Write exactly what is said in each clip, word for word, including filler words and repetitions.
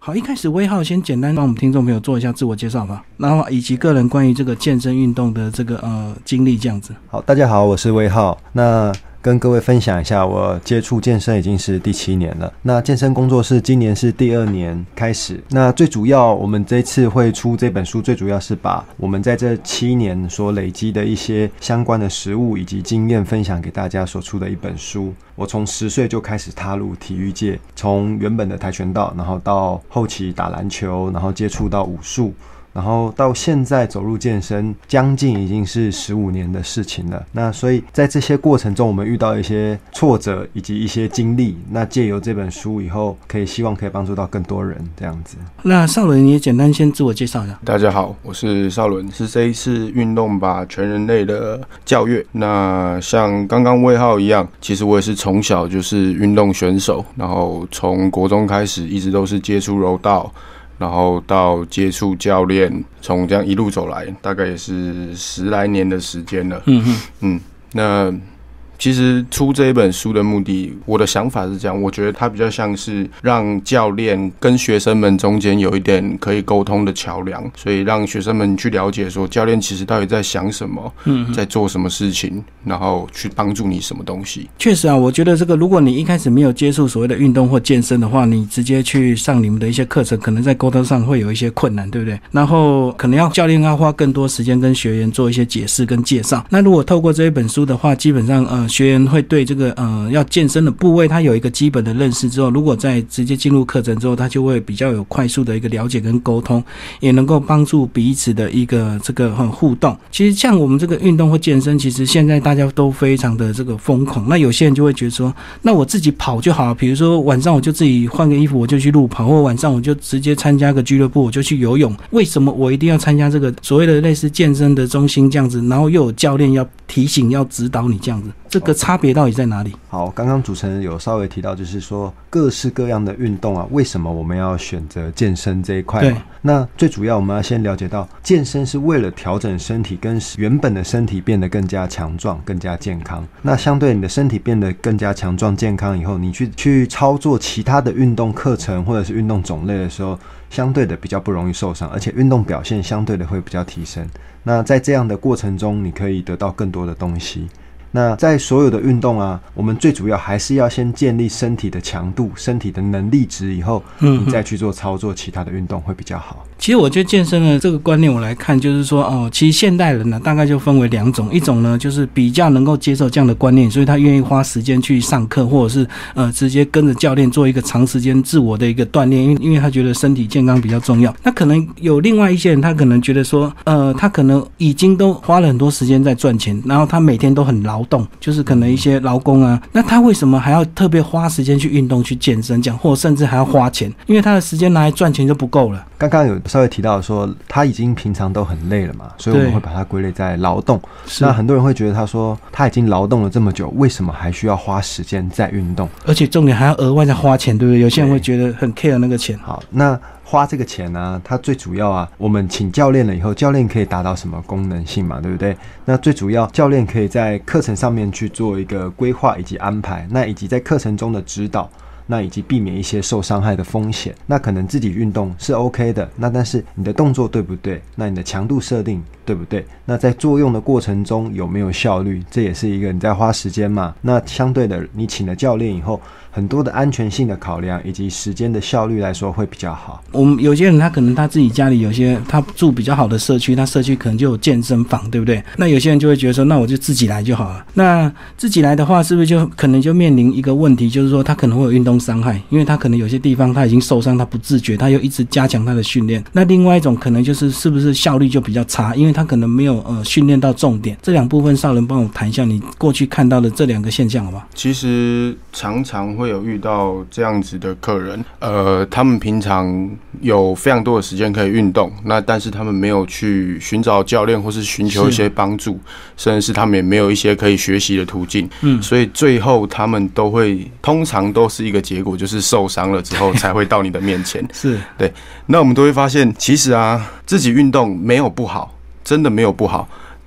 好，一开始威浩先简单帮我们听众朋友做一下自我介绍吧，然后以及个人关于这个健身运动的这个呃经历这样子。 好，大家好，我是威浩。那跟各位分享一下，我接触健身已经是第七年了。那健身工作室今年是第二年开始。那最主要，我们这一次会出这本书，最主要是把我们在这七年所累积的一些相关的实务以及经验分享给大家所出的一本书。我从十岁就开始踏入体育界，从原本的跆拳道，然后到后期打篮球，然后接触到武术。然后到现在走入健身，将近已经是十五年的事情了。那所以在这些过程中，我们遇到一些挫折以及一些经历。那借由这本书以后，可以希望可以帮助到更多人这样子。 那少伦，你也简单先自我介绍一下。 大家好，我是少伦，是这一次运动吧全人类的教育。那像刚刚威浩一样，其实我也是从小就是运动选手，然后从国中开始一直都是接触柔道。然后到接触教练，从这样一路走来，大概也是十来年的时间了。嗯哼，嗯，那其实出这一本书的目的，我的想法是这样，我觉得它比较像是让教练跟学生们中间有一点可以沟通的桥梁，所以让学生们去了解说教练其实到底在想什么，嗯，在做什么事情，然后去帮助你什么东西。 确实啊，我觉得这个如果你一开始没有接触所谓的运动或健身的话，你直接去上你们的一些课程，可能在沟通上会有一些困难，对不对？然后可能要教练要花更多时间跟学员做一些解释跟介绍。那如果透过这一本书的话，基本上呃学员会对这个呃要健身的部位他有一个基本的认识之后，如果在直接进入课程之后，他就会比较有快速的一个了解跟沟通，也能够帮助彼此的一个这个、呃、互动。其实像我们这个运动或健身，其实现在大家都非常的这个疯狂，那有些人就会觉得说，那我自己跑就好，比如说晚上我就自己换个衣服我就去路跑，或晚上我就直接参加个俱乐部我就去游泳，为什么我一定要参加这个所谓的类似健身的中心这样子，然后又有教练要提醒要指导你这样子，这个差别到底在哪里？ 好，刚刚主持人有稍微提到，就是说各式各样的运动啊，为什么我们要选择健身这一块嘛？那最主要我们要先了解到，健身是为了调整身体跟原本的身体变得更加强壮、更加健康。那相对你的身体变得更加强壮、健康以后，你去去操作其他的运动课程或者是运动种类的时候，相对的比较不容易受伤，而且运动表现相对的会比较提升。那在这样的过程中，你可以得到更多的东西。那在所有的运动啊，我们最主要还是要先建立身体的强度、身体的能力值以后，你再去做操作其他的运动会比较好。 其实我觉得健身的这个观念我来看，就是说哦，其实现代人呢大概就分为两种，一种呢就是比较能够接受这样的观念，所以他愿意花时间去上课，或者是呃直接跟着教练做一个长时间自我的一个锻炼，因为因为他觉得身体健康比较重要。那可能有另外一些人，他可能觉得说，呃，他可能已经都花了很多时间在赚钱，然后他每天都很劳动，就是可能一些劳工啊，那他为什么还要特别花时间去运动、去健身这样，或甚至还要花钱？因为他的时间拿来赚钱就不够了。 刚刚有稍微提到说，他已经平常都很累了嘛，所以我们会把它归类在劳动。那很多人会觉得他说他已经劳动了这么久，为什么还需要花时间在运动？ 而且重点还要额外再花钱，对不对？有些人会觉得很 care 那个钱。 好，那花这个钱啊，它最主要啊，我们请教练了以后，教练可以达到什么功能性嘛，对不对？那最主要，教练可以在课程上面去做一个规划以及安排，那以及在课程中的指导。那以及避免一些受伤害的风险。那可能自己运动是 OK 的，那但是你的动作对不对？那你的强度设定对不对？那在作用的过程中有没有效率？这也是一个你在花时间嘛。那相对的，你请了教练以后，很多的安全性的考量以及时间的效率来说会比较好。 我们有些人他可能他自己家里有些他住比较好的社区，他社区可能就有健身房，对不对？那有些人就会觉得说，那我就自己来就好了。那自己来的话，是不是就可能就面临一个问题，就是说他可能会有运动伤害，因为他可能有些地方他已经受伤，他不自觉，他又一直加强他的训练。那另外一种可能就是是不是效率就比较差，因为他可能没有呃训练到重点。这两部分少人帮我谈一下你过去看到的这两个现象好不好？ 其实常常会有遇到这样子的客人，呃，他们平常有非常多的时间可以运动，那但是他们没有去寻找教练或是寻求一些帮助，甚至是他们也没有一些可以学习的途径，嗯，所以最后他们都会通常都是一个结果，就是受伤了之后才会到你的面前。 是对，那我们都会发现，其实啊，自己运动没有不好，真的没有不好。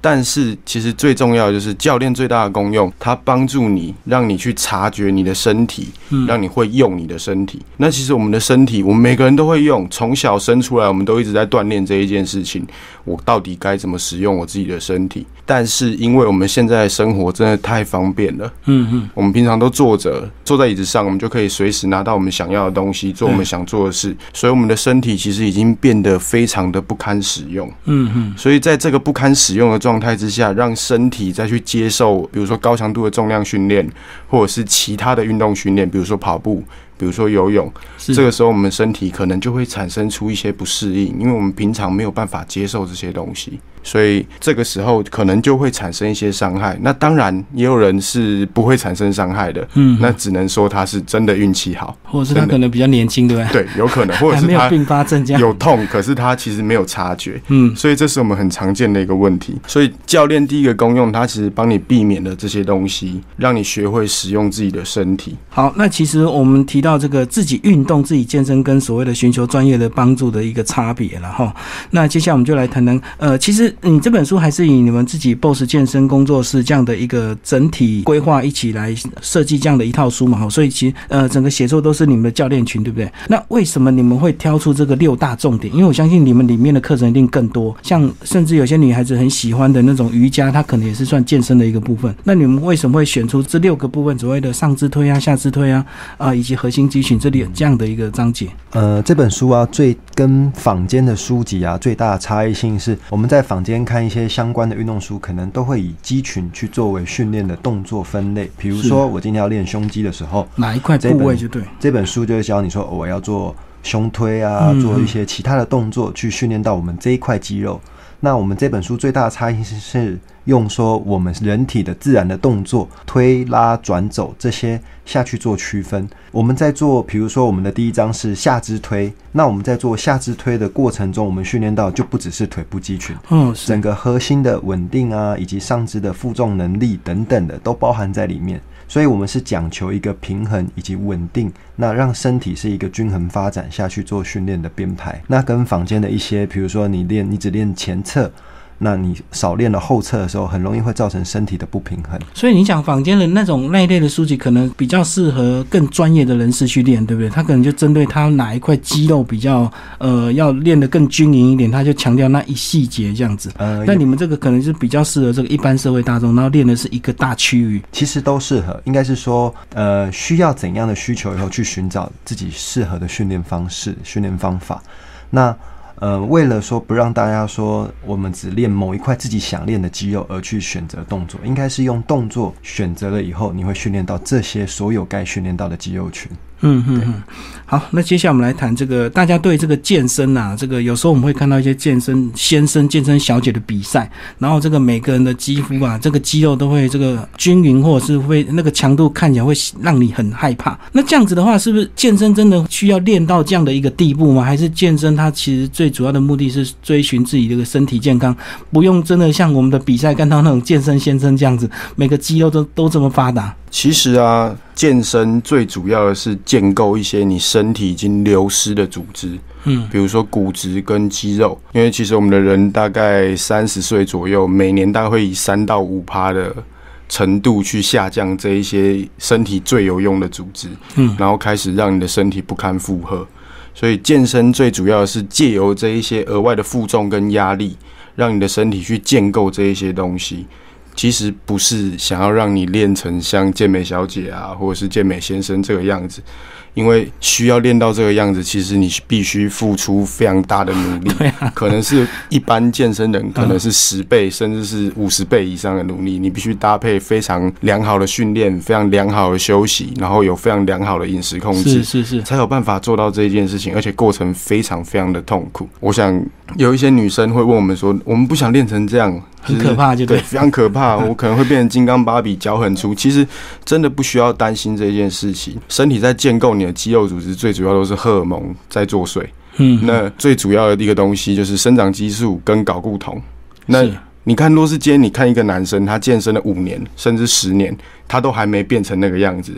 但是其实最重要的就是教练最大的功用，它帮助你，让你去察觉你的身体，让你会用你的身体。那其实我们的身体，我们每个人都会用，从小生出来，我们都一直在锻炼这一件事情。我到底该怎么使用我自己的身体？但是因为我们现在的生活真的太方便了，嗯嗯，我们平常都坐着，坐在椅子上，我们就可以随时拿到我们想要的东西，做我们想做的事，所以我们的身体其实已经变得非常的不堪使用，嗯嗯，所以在这个不堪使用的状态之下，让身体再去接受，比如说高强度的重量训练，或者是其他的运动训练，比如说跑步，比如说游泳，这个时候我们身体可能就会产生出一些不适应，因为我们平常没有办法接受这些东西，所以这个时候可能就会产生一些伤害。那当然也有人是不会产生伤害的，嗯，那只能说他是真的运气好， 或者是他可能比较年轻，对不对？ 对，有可能，或者是他还没有并发症这样， 有痛，可是他其实没有察觉，嗯，所以这是我们很常见的一个问题。所以教练第一个功用，他其实帮你避免了这些东西，让你学会使用自己的身体。 好，那其实我们提到这个自己运动、自己健身跟所谓的寻求专业的帮助的一个差别了哈。那接下来我们就来谈谈，呃，其实你这本书还是以你们自己 B O S S 健身工作室这样的一个整体规划一起来设计这样的一套书嘛哈。所以其实呃整个写作都是你们的教练群，对不对？那为什么你们会挑出这个六大重点？因为我相信你们里面的课程一定更多，像甚至有些女孩子很喜欢的那种瑜伽，它可能也是算健身的一个部分。那你们为什么会选出这六个部分，所谓的上肢推啊、下肢推啊，啊、呃、以及核心肌群这里有这样的一个章节？ 呃，这本书啊，最跟坊间的书籍啊最大的差异性是，我们在坊间看一些相关的运动书，可能都会以肌群去作为训练的动作分类。比如说，我今天要练胸肌的时候， 哪一块部位就对。 这本书就会教你说，我要做胸推啊，嗯、做一些其他的动作去训练到我们这一块肌肉。那我们这本书最大的差异是用说我们人体的自然的动作推拉转走这些下去做区分。我们在做比如说我们的第一章是下肢推，那我们在做下肢推的过程中，我们训练到就不只是腿部肌群，嗯，整个核心的稳定啊，以及上肢的负重能力等等的都包含在里面。所以我们是讲求一个平衡以及稳定，那让身体是一个均衡发展下去做训练的编排。那跟坊间的一些比如说你练你只练前侧，那你少练了后侧的时候，很容易会造成身体的不平衡。 所以你讲坊间的那种那一类的书籍，可能比较适合更专业的人士去练，对不对？他可能就针对他哪一块肌肉比较呃要练得更均匀一点，他就强调那一细节这样子。呃，那你们这个可能是比较适合这个一般社会大众，然后练的是一个大区域。 其实都适合，应该是说呃需要怎样的需求以后去寻找自己适合的训练方式、训练方法。那呃，为了说不让大家说我们只练某一块自己想练的肌肉而去选择动作，应该是用动作选择了以后，你会训练到这些所有该训练到的肌肉群。 嗯嗯嗯，好，那接下来我们来谈这个，大家对这个健身啊，这个有时候我们会看到一些健身先生、健身小姐的比赛，然后这个每个人的肌肤啊，这个肌肉都会这个均匀，或者是会那个强度看起来会让你很害怕。那这样子的话，是不是健身真的需要练到这样的一个地步吗？还是健身它其实最主要的目的是追寻自己这个身体健康，不用真的像我们的比赛看到那种健身先生这样子，每个肌肉都都这么发达？ 其实啊，健身最主要的是建构一些你身体已经流失的组织，嗯，比如说骨质跟肌肉。因为其实我们的人大概三十岁左右，每年大概会以三到五趴的程度去下降这一些身体最有用的组织，嗯，然后开始让你的身体不堪负荷。所以健身最主要的是借由这一些额外的负重跟压力，让你的身体去建构这一些东西。其实不是想要让你练成像健美小姐啊，或者是健美先生这个样子，因为需要练到这个样子，其实你必须付出非常大的努力，对啊，可能是一般健身人可能是十倍、嗯、甚至是五十倍以上的努力，你必须搭配非常良好的训练、非常良好的休息，然后有非常良好的饮食控制， 是是是， 才有办法做到这件事情，而且过程非常非常的痛苦。我想有一些女生会问我们说，我们不想练成这样。 很可怕就 对, 对，非常可怕，我可能会变成金刚芭比，脚很粗。其实真的不需要担心这件事情。身体在建构你的肌肉组织，最主要都是荷尔蒙在作祟。嗯，那最主要的一个东西就是生长激素跟睾固酮。那你看，若是今天你看一个男生，他健身了五年甚至十年，他都还没变成那个样子。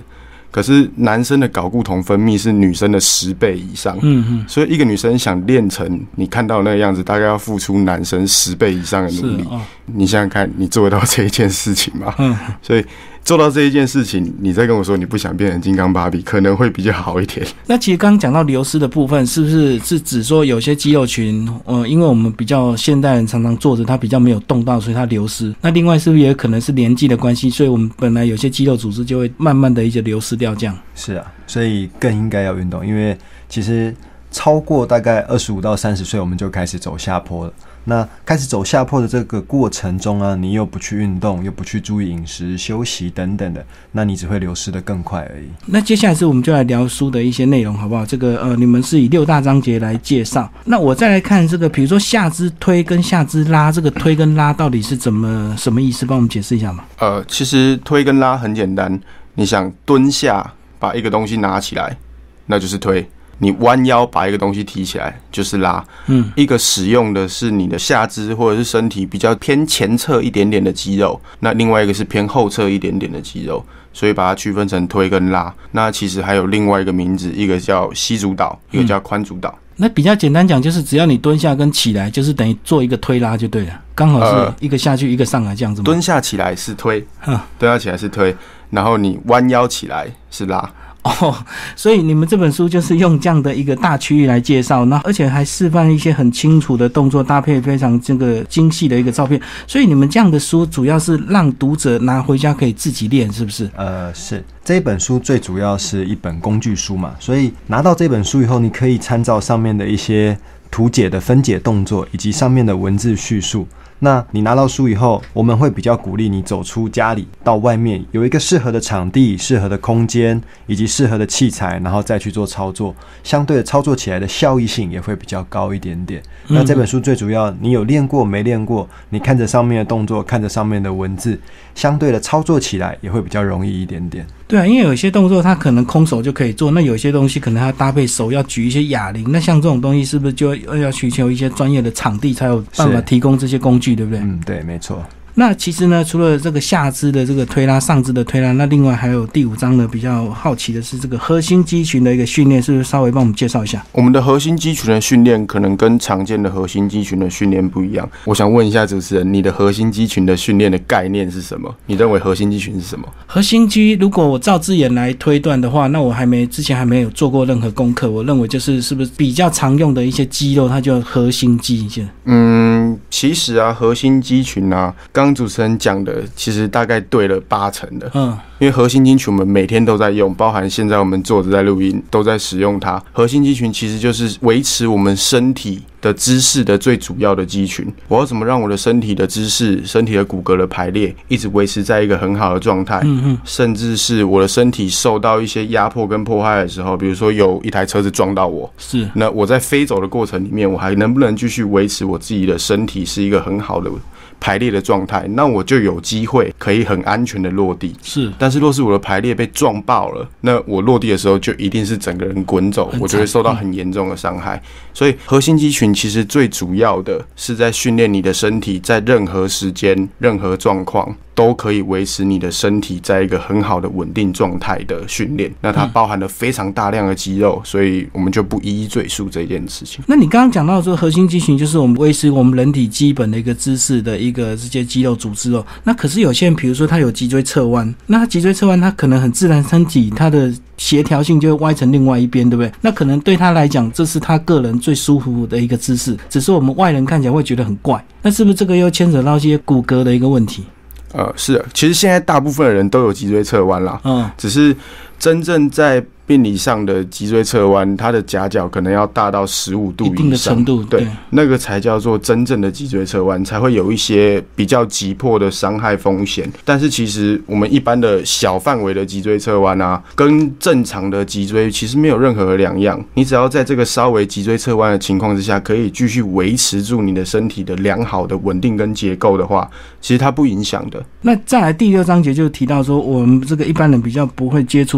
可是男生的睾固酮分泌是女生的十倍以上，嗯嗯，所以一个女生想练成你看到那个样子，大概要付出男生十倍以上的努力。哦、你想想看，你做得到这一件事情吗？嗯，所以做到这一件事情，你再跟我说你不想变成金刚芭比，可能会比较好一点。 那其实刚刚讲到流失的部分，是不是是指说有些肌肉群，呃，因为我们比较现代人常常坐着，它比较没有动到，所以它流失。那另外是不是也可能是年纪的关系，所以我们本来有些肌肉组织就会慢慢的一些流失掉这样？ 是啊，所以更应该要运动，因为其实超过大概二十五到三十岁，我们就开始走下坡了。那开始走下坡的这个过程中啊，你又不去运动，又不去注意饮食、休息等等的，那你只会流失得更快而已。 那接下来是我们就来聊书的一些内容，好不好？这个呃，你们是以六大章节来介绍。那我再来看这个，比如说下肢推跟下肢拉，这个推跟拉到底是怎么什么意思？帮我们解释一下嘛。 呃，其实推跟拉很简单，你想蹲下把一个东西拿起来，那就是推。你弯腰把一个东西提起来就是拉，嗯，一个使用的是你的下肢或者是身体比较偏前侧一点点的肌肉，那另外一个是偏后侧一点点的肌肉，所以把它区分成推跟拉。那其实还有另外一个名字，一个叫膝主导，一个叫髋主导。嗯， 那比较简单讲，就是只要你蹲下跟起来，就是等于做一个推拉就对了，刚好是一个下去一个上来这样子吗？ 蹲下起来是推，蹲下起来是推，然后你弯腰起来是拉。 哦，所以你们这本书就是用这样的一个大区域来介绍，那而且还示范一些很清楚的动作，搭配非常这个精细的一个照片。所以你们这样的书主要是让读者拿回家可以自己练，是不是？ 呃，是。这一本书最主要是一本工具书嘛，所以拿到这本书以后，你可以参照上面的一些图解的分解动作，以及上面的文字叙述。那你拿到书以后，我们会比较鼓励你走出家里，到外面有一个适合的场地、适合的空间以及适合的器材，然后再去做操作。相对的操作起来的效益性也会比较高一点点。那这本书最主要，你有练过没练过，你看着上面的动作，看着上面的文字，相对的操作起来也会比较容易一点点。 对啊，因为有些动作它可能空手就可以做，那有些东西可能它搭配手要举一些哑铃，那像这种东西是不是就要需求一些专业的场地才有办法提供这些工具，对不对？ 嗯，对，没错。 那其实呢，除了这个下肢的这个推拉、上肢的推拉，那另外还有第五章呢，比较好奇的是这个核心肌群的一个训练，是不是稍微帮我们介绍一下？ 我们的核心肌群的训练可能跟常见的核心肌群的训练不一样。我想问一下主持人，你的核心肌群的训练的概念是什么？你认为核心肌群是什么？ 核心肌，如果我照字眼来推断的话，那我还没之前还没有做过任何功课，我认为就是是不是比较常用的一些肌肉，它就核心肌。 嗯，其实啊，核心肌群啊，刚刚主持人讲的其实大概对了八成的。嗯，因为核心肌群我们每天都在用，包含现在我们坐着在录音都在使用它。核心肌群其实就是维持我们身体的姿势的最主要的肌群。我要怎么让我的身体的姿势、身体的骨骼的排列一直维持在一个很好的状态？嗯嗯，甚至是我的身体受到一些压迫跟迫害的时候，比如说有一台车子撞到我，是那我在飞走的过程里面，我还能不能继续维持我自己的身体是一个很好的排列的状态，那我就有机会可以很安全的落地。是，但是若是我的排列被撞爆了，那我落地的时候就一定是整个人滚走，我就会受到很严重的伤害。所以核心肌群其实最主要的是在训练你的身体，在任何时间、任何状况都可以维持你的身体在一个很好的稳定状态的训练。那它包含了非常大量的肌肉，所以我们就不一一赘述这件事情。 那你刚刚讲到说核心肌群就是我们维持我们人体基本的一个姿势的一个这些肌肉组织哦。那可是有些人比如说他有脊椎侧弯，那他脊椎侧弯他可能很自然身体他的协调性就会歪成另外一边，对不对？那可能对他来讲这是他个人最舒服的一个姿势，只是我们外人看起来会觉得很怪。那是不是这个又牵扯到一些骨骼的一个问题？ 呃，是的，其实现在大部分的人都有脊椎侧弯啦，嗯，只是真正在病理上的脊椎侧弯，它的夹角可能要大到十五度以上，一定的程度，对，对，那个才叫做真正的脊椎侧弯，才会有一些比较急迫的伤害风险。但是其实我们一般的小范围的脊椎侧弯啊，跟正常的脊椎其实没有任何的两样。你只要在这个稍微脊椎侧弯的情况之下，可以继续维持住你的身体的良好的稳定跟结构的话，其实它不影响的。 那再来第六章节就提到说，我们这个一般人比较不会接触到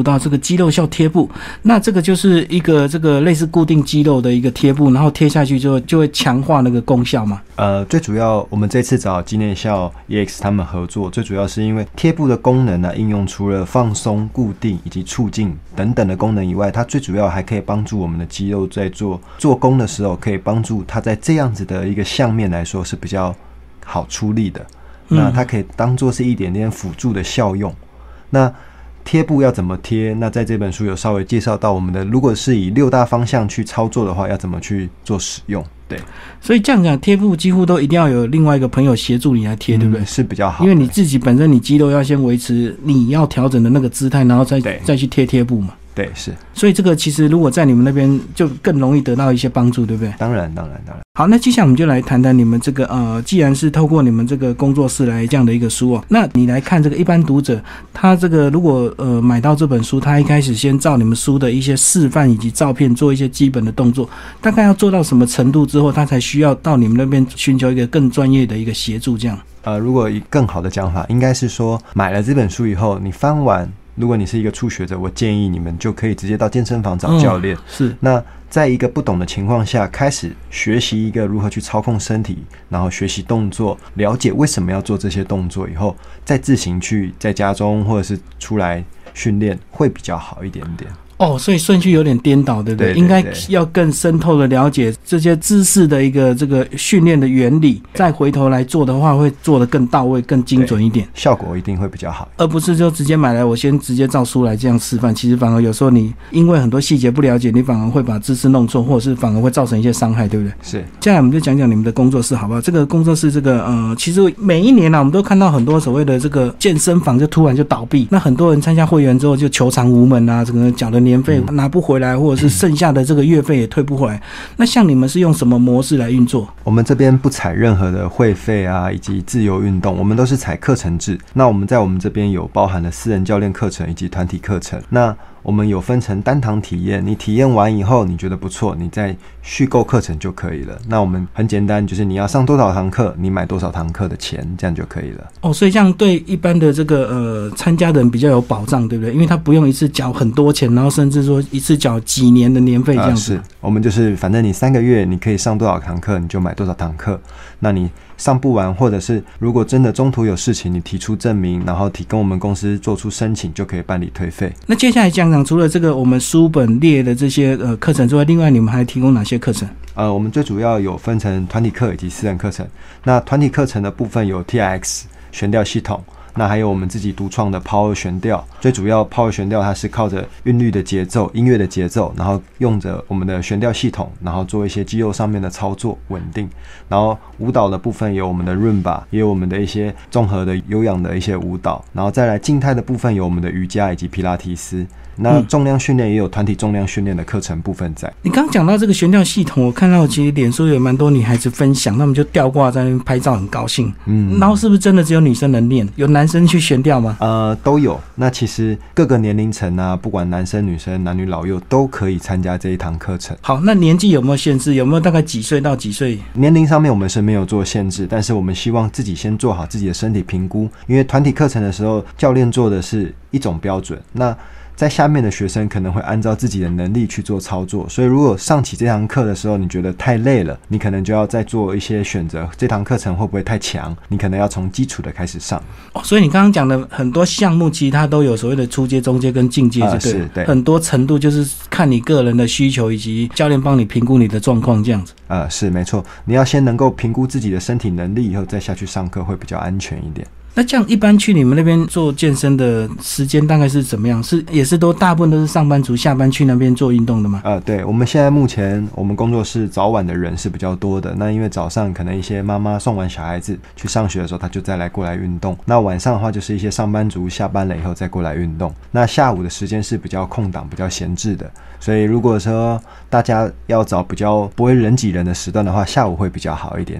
到这个肌肉效贴布，那这个就是一个这个类似固定肌肉的一个贴布，然后贴下去就就会强化那个功效嘛。 呃，最主要我们这次找肌内效 E X 他们合作，最主要是因为贴布的功能呢，应用除了放松、固定以及促进等等的功能以外，它最主要还可以帮助我们的肌肉在做做工的时候，可以帮助它在这样子的一个相面来说是比较好出力的。那它可以当作是一点点辅助的效用。那贴布要怎么贴？那在这本书有稍微介绍到我们的，如果是以六大方向去操作的话，要怎么去做使用？对， 所以这样讲，贴布几乎都一定要有另外一个朋友协助你来贴，对不对？ 嗯，是比较好， 因为你自己本身你肌肉要先维持你要调整的那个姿态，然后再再去贴贴布嘛。 对，是。 所以这个其实如果在你们那边就更容易得到一些帮助，对不对？ 当然，当然，当然。 好，那接下来我们就来谈谈你们这个呃，既然是透过你们这个工作室来这样的一个书哦，那你来看这个一般读者，他这个如果呃买到这本书，他一开始先照你们书的一些示范以及照片做一些基本的动作，大概要做到什么程度之后，他才需要到你们那边寻求一个更专业的一个协助？这样？ 呃，如果以更好的讲法，应该是说买了这本书以后，你翻完。如果你是一个初学者，我建议你们就可以直接到健身房找教练。嗯、 是。 那在一个不懂的情况下，开始学习一个如何去操控身体，然后学习动作，了解为什么要做这些动作以后，再自行去在家中或者是出来训练，会比较好一点点。 哦，所以顺序有点颠倒，对不对？对对对，应该要更深透的了解这些知识的一个这个训练的原理，再回头来做的话，会做得更到位、更精准一点， 效果一定会比较好， 而不是就直接买来，我先直接照书来这样示范。其实反而有时候你因为很多细节不了解，你反而会把知识弄错，或者是反而会造成一些伤害，对不对？ 是。 接下来我们就讲讲你们的工作室，好不好？这个工作室，这个呃，其实每一年啊，我们都看到很多所谓的这个健身房就突然就倒闭，那很多人参加会员之后就求偿无门啊，这个缴的年费拿不回来，或者是剩下的这个月费也退不回来。那像你们是用什么模式来运作？ 我们这边不采任何的会费啊，以及自由运动，我们都是采课程制。那我们在我们这边有包含了私人教练课程以及团体课程。那我们有分成单堂体验，你体验完以后你觉得不错，你再续购课程就可以了。那我们很简单，就是你要上多少堂课，你买多少堂课的钱，这样就可以了。 哦，所以这样对一般的这个呃参加的人比较有保障，对不对？因为他不用一次缴很多钱，然后甚至说一次缴几年的年费这样子。 呃、是，我们就是反正你三个月你可以上多少堂课，你就买多少堂课。那你上不完，或者是如果真的中途有事情，你提出证明，然后提跟我们公司做出申请，就可以办理退费。 那接下来讲讲，除了这个我们书本列的这些呃课程之外，另外你们还提供哪些课程？ 呃，我们最主要有分成团体课以及私人课程。那团体课程的部分有 T R X 悬吊系统。那还有我们自己独创的 Power 悬吊，最主要 Power 悬吊它是靠着韵律的节奏、音乐的节奏，然后用着我们的悬吊系统，然后做一些肌肉上面的操作稳定。然后舞蹈的部分有我们的 Rumba， 也有我们的一些综合的有氧的一些舞蹈，然后再来静态的部分有我们的瑜伽以及皮拉提斯。那重量训练也有团体重量训练的课程部分在。 你刚刚讲到这个悬吊系统，我看到其实脸书有蛮多女孩子分享，那我们就吊挂在那边拍照，很高兴。嗯，然后是不是真的只有女生能练？有男生去悬吊吗？ 呃，都有。那其实各个年龄层啊，不管男生女生、男女老幼都可以参加这一堂课程。 好，那年纪有没有限制？有没有大概几岁到几岁？ 年龄上面我们是没有做限制，但是我们希望自己先做好自己的身体评估，因为团体课程的时候，教练做的是一种标准。那在下面的学生可能会按照自己的能力去做操作，所以如果上起这堂课的时候你觉得太累了，你可能就要再做一些选择，这堂课程会不会太强，你可能要从基础的开始上。 哦，所以你刚刚讲的很多项目其实它都有所谓的初阶、中阶跟进阶，对、呃、是对，很多程度就是看你个人的需求以及教练帮你评估你的状况这样子。 呃，是没错，你要先能够评估自己的身体能力以后再下去上课会比较安全一点。 那这样一般去你们那边做健身的时间大概是怎么样？是也是都大部分都是上班族下班去那边做运动的吗？ 呃，对，我们现在目前我们工作室早晚的人是比较多的。那因为早上可能一些妈妈送完小孩子去上学的时候，他就再来过来运动。那晚上的话就是一些上班族下班了以后再过来运动。那下午的时间是比较空档、比较闲置的。所以如果说大家要找比较不会人挤人的时段的话，下午会比较好一点点。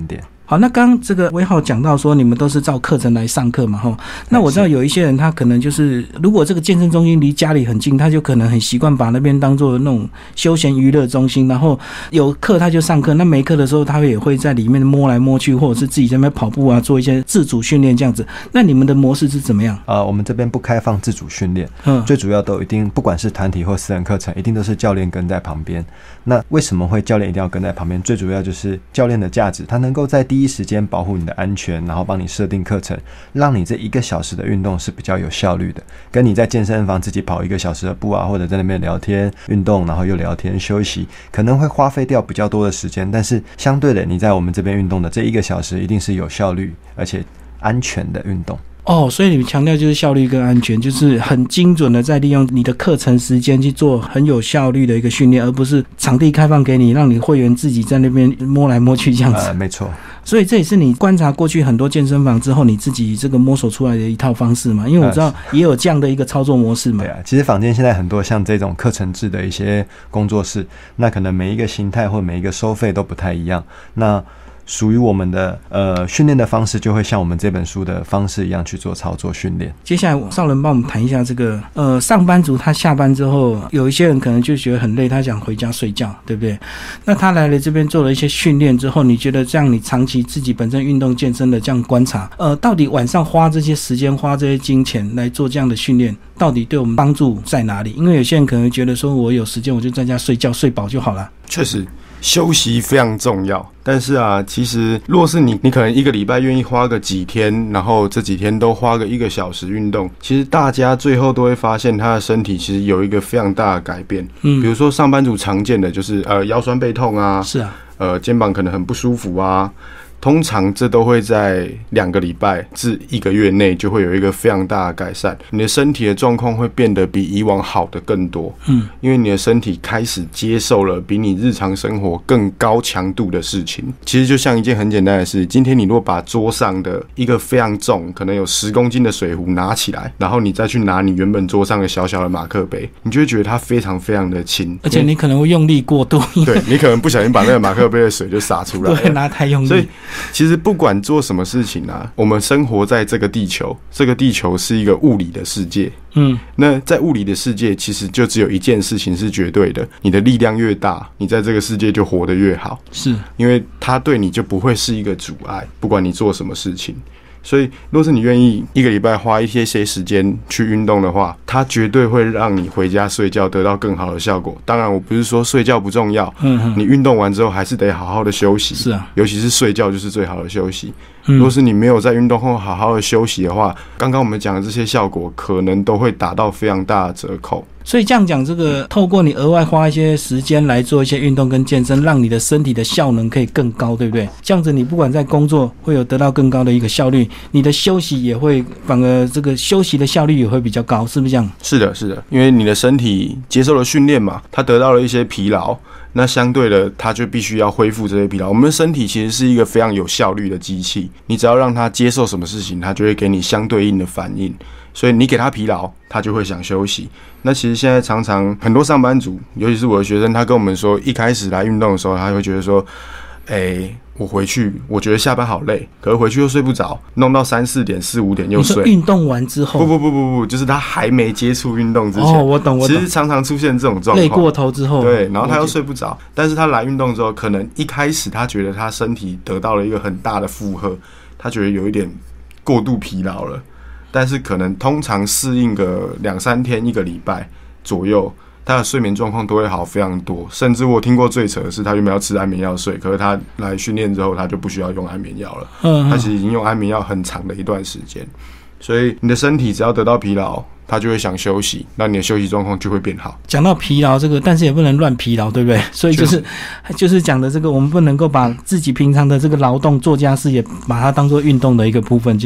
好，那刚刚这个威浩讲到说你们都是照课程来上课嘛，吼，那我知道有一些人他可能就是如果这个健身中心离家里很近，他就可能很习惯把那边当做那种休闲娱乐中心，然后有课他就上课，那没课的时候他也会在里面摸来摸去，或者是自己在那边跑步啊，做一些自主训练这样子。那你们的模式是怎么样？ 啊、呃，我们这边不开放自主训练， 嗯， 最主要都一定不管是团体或私人课程，一定都是教练跟在旁边。那为什么会教练一定要跟在旁边？最主要就是教练的价值，他能够在第一时间保护你的安全，然后帮你设定课程，让你这一个小时的运动是比较有效率的，跟你在健身房自己跑一个小时的步啊，或者在那边聊天运动，然后又聊天休息，可能会花费掉比较多的时间，但是相对的，你在我们这边运动的这一个小时一定是有效率而且安全的运动。 哦，所以你们强调就是效率跟安全，就是很精准的在利用你的课程时间去做很有效率的一个训练，而不是场地开放给你，让你会员自己在那边摸来摸去这样子。 呃，没错。 所以这也是你观察过去很多健身房之后，你自己这个摸索出来的一套方式嘛？因为我知道也有这样的一个操作模式嘛。 对啊，其实坊间现在很多像这种课程制的一些工作室，那可能每一个形态或每一个收费都不太一样。那属于我们的呃训练的方式，就会像我们这本书的方式一样去做操作训练。 接下来少仁帮我们谈一下这个呃上班族他下班之后，有一些人可能就觉得很累，他想回家睡觉，对不对？那他来了这边做了一些训练之后，你觉得这样你长期自己本身运动健身的这样观察，呃，到底晚上花这些时间花这些金钱来做这样的训练，到底对我们帮助在哪里？因为有些人可能觉得说我有时间我就在家睡觉睡饱就好了。 确实休息非常重要，但是啊，其实若是你你可能一个礼拜愿意花个几天，然后这几天都花个一个小时运动，其实大家最后都会发现他的身体其实有一个非常大的改变。嗯，比如说上班族常见的就是呃腰酸背痛啊， 是啊， 呃肩膀可能很不舒服啊。通常这都会在两个礼拜至一个月内就会有一个非常大的改善，你的身体的状况会变得比以往好的更多。嗯，因为你的身体开始接受了比你日常生活更高强度的事情。其实就像一件很简单的事，今天你如果把桌上的一个非常重，可能有十公斤的水壶拿起来，然后你再去拿你原本桌上的小小的马克杯，你就会觉得它非常非常的轻， 而且你可能会用力过度。 对，你可能不小心把那个马克杯的水就洒出来了。 对，拿太用力。 所以其实不管做什么事情啊，我们生活在这个地球，这个地球是一个物理的世界。嗯，那在物理的世界，其实就只有一件事情是绝对的：你的力量越大，你在这个世界就活得越好。是，因为它对你就不会是一个阻碍，不管你做什么事情。所以，若是你愿意一个礼拜花一些些时间去运动的话，它绝对会让你回家睡觉得到更好的效果。当然，我不是说睡觉不重要，嗯，你运动完之后还是得好好的休息。是啊，尤其是睡觉就是最好的休息。如果是你没有在运动后好好的休息的话，刚刚我们讲的这些效果可能都会打到非常大的折扣。 所以这样讲，这个透过你额外花一些时间来做一些运动跟健身，让你的身体的效能可以更高，对不对？这样子你不管在工作会有得到更高的一个效率，你的休息也会反而这个休息的效率也会比较高，是不是这样？ 是的，是的，因为你的身体接受了训练嘛，它得到了一些疲劳，那相对的它就必须要恢复这些疲劳。我们的身体其实是一个非常有效率的机器，你只要让它接受什么事情，它就会给你相对应的反应。所以你给他疲劳，他就会想休息。那其实现在常常很多上班族，尤其是我的学生，他跟我们说，一开始来运动的时候，他会觉得说，哎、欸，我回去，我觉得下班好累，可是回去又睡不着，弄到三四点、四五点又睡。 运动完之后？ 不不不不不，就是他还没接触运动之前。 哦，我懂我懂。 其实常常出现这种状况， 累过头之后， 对，然后他又睡不着。但是他来运动之后，可能一开始他觉得他身体得到了一个很大的负荷，他觉得有一点过度疲劳了。但是可能通常适应个两三天、一个礼拜左右，他的睡眠状况都会好非常多。甚至我听过最扯的是，他原本要吃安眠药睡，可是他来训练之后，他就不需要用安眠药了。嗯，他其实已经用安眠药很长的一段时间。所以你的身体只要得到疲劳，他就会想休息，那你的休息状况就会变好。 讲到疲劳这个，但是也不能乱疲劳，对不对？所以就是就是讲的这个，我们不能够把自己平常的这个劳动做家事，也把它当做运动的一个部分，这样。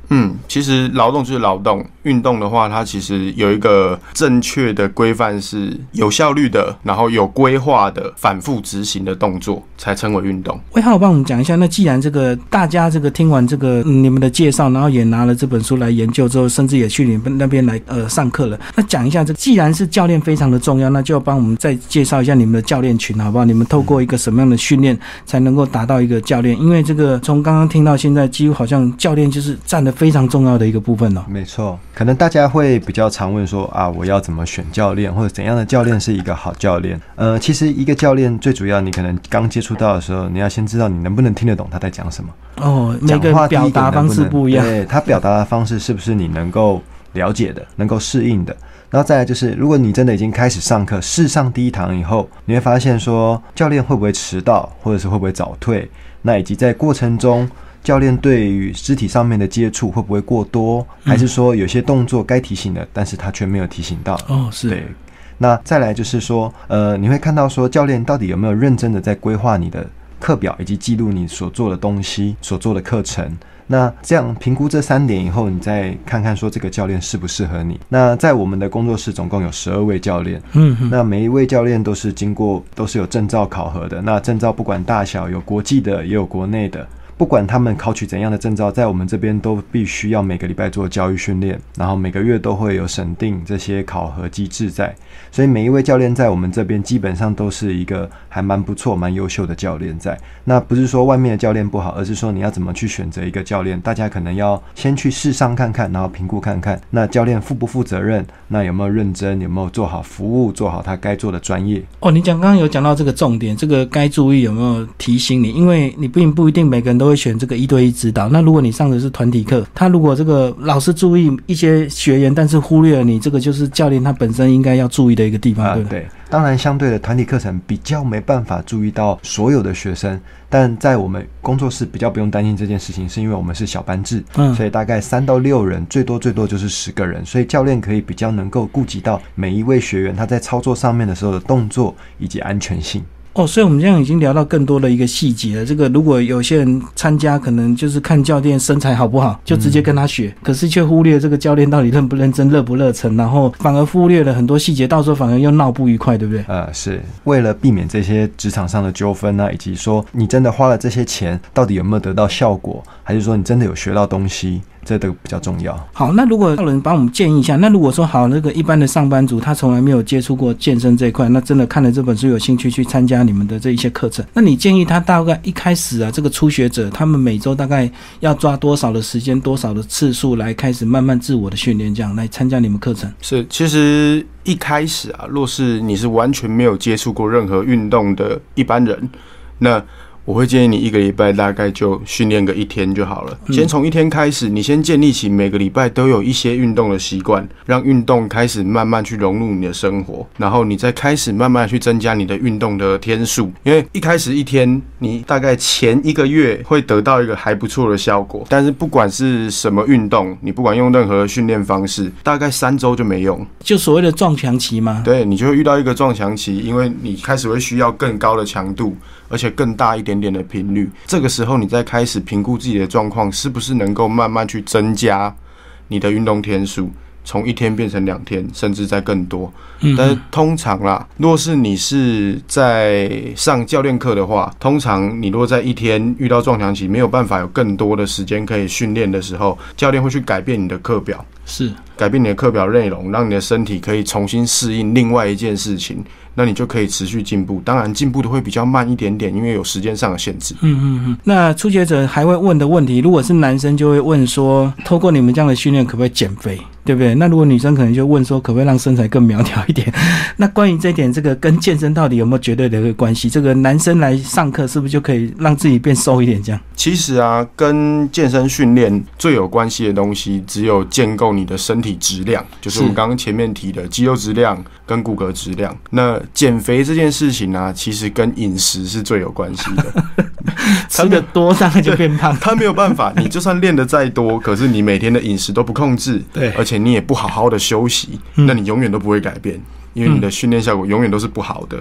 嗯，其实劳动就是劳动，运动的话，它其实有一个正确的规范，是有效率的，然后有规划的反复执行的动作，才称为运动。 魏浩帮我们讲一下，那既然这个大家这个听完这个、嗯、你们的介绍，然后也拿了这本书来研究之后，甚至也去你们那边来呃上课了，那讲一下这既然是教练非常的重要，那就要帮我们再介绍一下你们的教练群好不好？你们透过一个什么样的训练才能够达到一个教练？因为这个从刚刚听到现在，几乎好像教练就是占了非常重要的一个部分哦。 没错，可能大家会比较常问说啊，我要怎么选教练，或者怎样的教练是一个好教练？呃，其实一个教练最主要，你可能刚接触到的时候，你要先知道你能不能听得懂他在讲什么。 哦，每个人表达方式不一样， 对，他表达的方式是不是你能够了解的，能够适应的？然后再来就是，如果你真的已经开始上课，试上第一堂以后，你会发现说，教练会不会迟到，或者是会不会早退？那以及在过程中，教练对于肢体上面的接触会不会过多，还是说有些动作该提醒的，但是他却没有提醒到？ 哦，是。 对。那再来就是说，呃，你会看到说，教练到底有没有认真的在规划你的课表，以及记录你所做的东西、所做的课程。那这样评估这三点以后，你再看看说这个教练适不适合你。那在我们的工作室总共有十二位教练，嗯，那每一位教练都是经过都是有证照考核的。那证照不管大小，有国际的也有国内的。不管他们考取怎样的证照，在我们这边都必须要每个礼拜做教育训练，然后每个月都会有审定这些考核机制在，所以每一位教练在我们这边基本上都是一个还蛮不错、蛮优秀的教练在。那不是说外面的教练不好，而是说你要怎么去选择一个教练，大家可能要先去试上看看，然后评估看看，那教练负不负责任，那有没有认真，有没有做好服务，做好他该做的专业。 哦，你讲刚刚有讲到这个重点，这个该注意有没有提醒你？因为你并不一定每个人都会选这个一对一指导，那如果你上的是团体课，他如果这个老师注意一些学员，但是忽略了你，这个就是教练他本身应该要注意的一个地方，对不对？ 啊，对。当然相对的团体课程比较没办法注意到所有的学生，但在我们工作室比较不用担心这件事情，是因为我们是小班制，嗯，所以大概三到六人，最多最多就是十个人，所以教练可以比较能够顾及到每一位学员他在操作上面的时候的动作以及安全性。 哦，所以我们这样已经聊到更多的一个细节了。这个如果有些人参加，可能就是看教练身材好不好，就直接跟他学，嗯、可是却忽略这个教练到底认不认真、热不热忱，然后反而忽略了很多细节，到时候反而又闹不愉快，对不对？ 呃，是为了避免这些职场上的纠纷啊，以及说你真的花了这些钱，到底有没有得到效果，还是说你真的有学到东西？这都比较重要。 好，那如果有人帮我们建议一下，那如果说好那个一般的上班族他从来没有接触过健身这一块，那真的看了这本书有兴趣去参加你们的这一些课程，那你建议他大概一开始啊，这个初学者他们每周大概要抓多少的时间，多少的次数来开始慢慢自我的训练，这样来参加你们课程？ 是，其实一开始啊，若是你是完全没有接触过任何运动的一般人，那我会建议你一个礼拜大概就训练个一天就好了。先从一天开始，你先建立起每个礼拜都有一些运动的习惯，让运动开始慢慢去融入你的生活，然后你再开始慢慢去增加你的运动的天数。因为一开始一天，你大概前一个月会得到一个还不错的效果，但是不管是什么运动，你不管用任何训练方式，大概三周就没用， 就所谓的撞墙期吗？ 对，你就会遇到一个撞墙期，因为你开始会需要更高的强度，而且更大一点点的频率，这个时候你再开始评估自己的状况，是不是能够慢慢去增加你的运动天数，从一天变成两天，甚至再更多。嗯、但是通常啦，若是你是在上教练课的话，通常你若在一天遇到撞墙期，没有办法有更多的时间可以训练的时候，教练会去改变你的课表， 是改变你的课表内容，让你的身体可以重新适应另外一件事情。那你就可以持续进步，当然进步的会比较慢一点点，因为有时间上的限制。 嗯嗯嗯。那初学者还会问的问题，如果是男生就会问说，透过你们这样的训练可不可以减肥，对不对？那如果女生可能就问说，可不可以让身材更苗条一点？那关于这一点，这个跟健身到底有没有绝对的一个关系？这个男生来上课是不是就可以让自己变瘦一点？这样？ 其实啊，跟健身训练最有关系的东西，只有建构你的身体质量，就是我们刚刚前面提的肌肉质量跟骨骼质量。那减肥这件事情啊，其实跟饮食是最有关系的。 吃的多当然就变胖， 他没有办法，你就算练得再多，可是你每天的饮食都不控制，对，而且你也不好好的休息，嗯、那你永远都不会改变，因为你的训练效果永远都是不好的。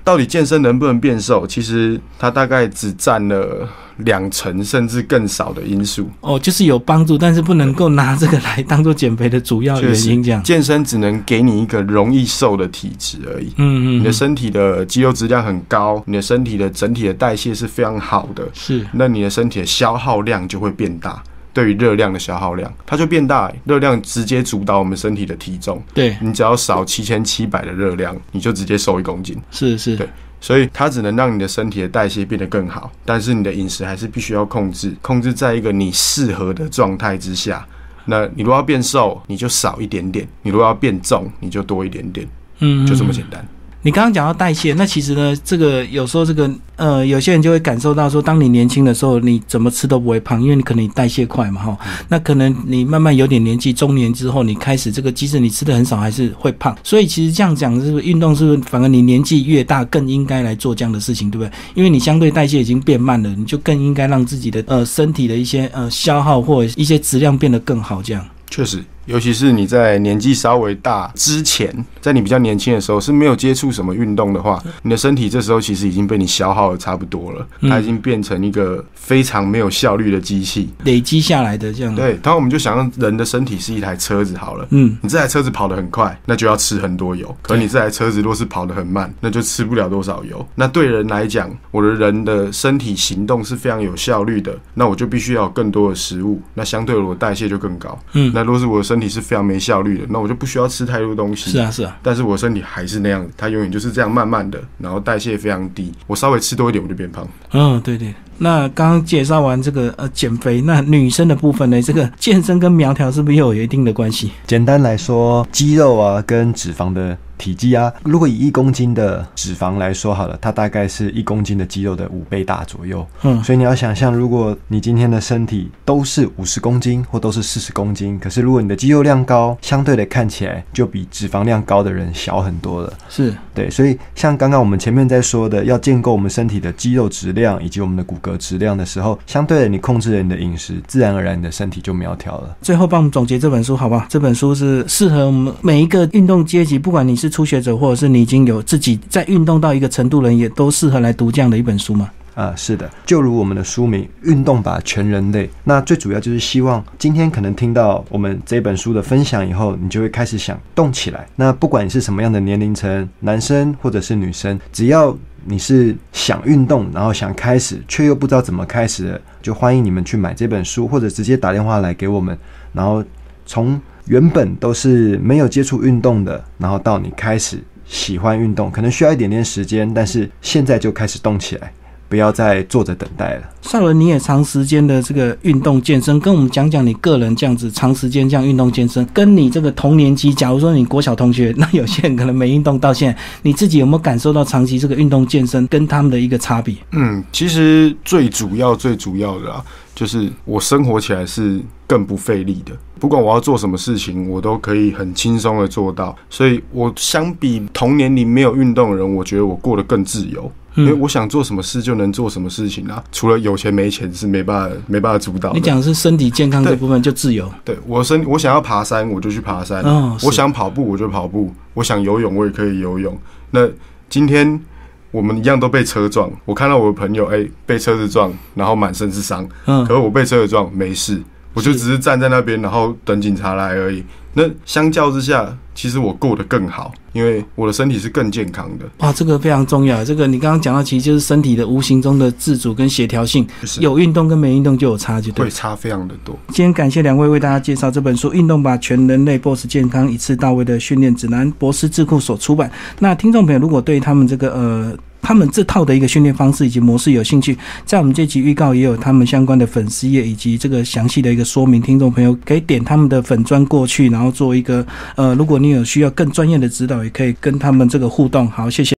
到底健身能不能变瘦？其实它大概只占了两成甚至更少的因素。 哦，就是有帮助，但是不能够拿这个来当做减肥的主要原因。这样， 健身只能给你一个容易瘦的体质而已。 嗯嗯， 你的身体的肌肉质量很高，你的身体的整体的代谢是非常好的， 是， 那你的身体的消耗量就会变大。对于热量的消耗量，它就变大，热量直接主导我们身体的体重。 对， 你只要少七千七百的热量，你就直接瘦一公斤。 是是， 对，所以它只能让你的身体的代谢变得更好，但是你的饮食还是必须要控制，控制在一个你适合的状态之下。那你如果要变瘦，你就少一点点；你如果要变重，你就多一点点。嗯，就这么简单。 你刚刚讲到代谢，那其实呢，这个有时候这个呃，有些人就会感受到说，当你年轻的时候，你怎么吃都不会胖，因为你可能你代谢快嘛，哈、嗯。那可能你慢慢有点年纪，中年之后，你开始这个，即使你吃的很少，还是会胖。所以其实这样讲，是不是运动是不是反而你年纪越大更应该来做这样的事情，对不对？因为你相对代谢已经变慢了，你就更应该让自己的呃身体的一些呃消耗或者一些质量变得更好，这样。 确实，尤其是你在年纪稍微大之前，在你比较年轻的时候是没有接触什么运动的话，你的身体这时候其实已经被你消耗的差不多了，它已经变成一个非常没有效率的机器， 累积下来的这样。 对，当然我们就想让人的身体是一台车子好了，嗯，你这台车子跑得很快，那就要吃很多油，可你这台车子若是跑得很慢，那就吃不了多少油。那对人来讲，我的人的身体行动是非常有效率的，那我就必须要有更多的食物，那相对我的代谢就更高，嗯，那若是我的身体是非常没效率的，那我就不需要吃太多东西。 是啊，是啊。 但是我的身体还是那样，它永远就是这样慢慢的，然后代谢非常低。我稍微吃多一点，我就变胖。 嗯，对对。那刚刚介绍完这个呃减肥，那女生的部分呢，这个健身跟苗条是不是又有一定的关系？ 简单来说，肌肉啊跟脂肪的体积啊，如果以一公斤的脂肪来说好了，它大概是一公斤的肌肉的五倍大左右。嗯，所以你要想象，如果你今天的身体都是五十公斤或都是四十公斤，可是如果你的肌肉量高，相对的看起来就比脂肪量高的人小很多了。 是， 对，所以像刚刚我们前面在说的，要建构我们身体的肌肉质量以及我们的骨骼质量的时候，相对的你控制了你的饮食，自然而然你的身体就苗条了。 最后帮我们总结这本书好不好？这本书是适合我们每一个运动阶级，不管你是初学者或者是你已经有自己在运动到一个程度的人，也都适合来读这样的一本书吗？ 啊，是的，就如我们的书名运动吧全人类，那最主要就是希望今天可能听到我们这本书的分享以后，你就会开始想动起来。那不管你是什么样的年龄层，男生或者是女生，只要你是想运动然后想开始却又不知道怎么开始的，就欢迎你们去买这本书，或者直接打电话来给我们，然后从原本都是没有接触运动的，然后到你开始喜欢运动，可能需要一点点时间，但是现在就开始动起来，不要再坐着等待了。 少伦，你也长时间的这个运动健身，跟我们讲讲你个人这样子长时间这样运动健身，跟你这个同年级，假如说你国小同学，那有些人可能没运动到现在，你自己有没有感受到长期这个运动健身跟他们的一个差别？ 嗯，其实最主要最主要的啊，就是我生活起来是更不费力的，不管我要做什么事情，我都可以很轻松的做到。所以我相比同年龄没有运动的人，我觉得我过得更自由。因为我想做什么事就能做什么事情啊，除了有钱没钱是没办法没办法主导的。 你讲的是身体健康这部分就自由。 对，我身我想要爬山我就去爬山，哦，我想跑步我就跑步，我想游泳我也可以游泳。那今天我们一样都被车撞，我看到我的朋友哎、欸、被车子撞，然后满身是伤，嗯，可是我被车子撞没事，我就只是站在那边，然后等警察来而已。那相较之下，其实我过得更好，因为我的身体是更健康的。 哇，这个非常重要。这个你刚刚讲到，其实就是身体的无形中的自主跟协调性，有运动跟没运动就有差距，对， 会差非常的多。 今天感谢两位为大家介绍这本书《运动吧全人类 B O S S 健康一次到位的训练指南》，博思智库所出版。那听众朋友如果对他们这个呃。他们这套的一个训练方式以及模式有兴趣，在我们这集预告也有他们相关的粉丝页以及这个详细的一个说明，听众朋友可以点他们的粉专过去，然后做一个呃，如果你有需要更专业的指导，也可以跟他们这个互动。好，谢谢。